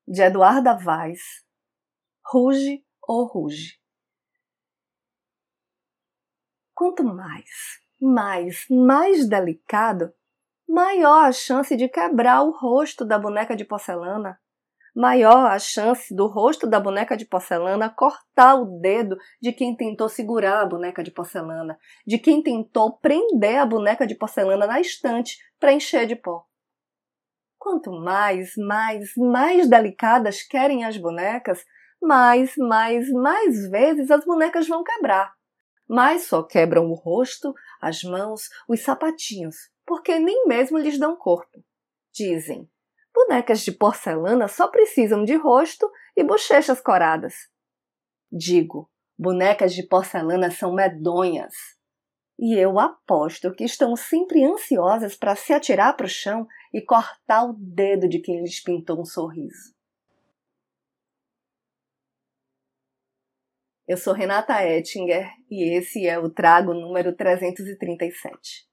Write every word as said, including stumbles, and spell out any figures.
de Eduarda Vaz, Ruge ou Ruge. Quanto mais, mais, mais delicado, maior a chance de quebrar o rosto da boneca de porcelana, maior a chance do rosto da boneca de porcelana cortar o dedo de quem tentou segurar a boneca de porcelana, de quem tentou prender a boneca de porcelana na estante para encher de pó. Quanto mais, mais, mais delicadas querem as bonecas, mais, mais, mais vezes as bonecas vão quebrar. Mas só quebram o rosto, as mãos, os sapatinhos, porque nem mesmo lhes dão corpo. Dizem, bonecas de porcelana só precisam de rosto e bochechas coradas. Digo, bonecas de porcelana são medonhas. E eu aposto que estão sempre ansiosas para se atirar para o chão e cortar o dedo de quem lhes pintou um sorriso. Eu sou Renata Ettinger e esse é o Trago número trezentos e trinta e sete.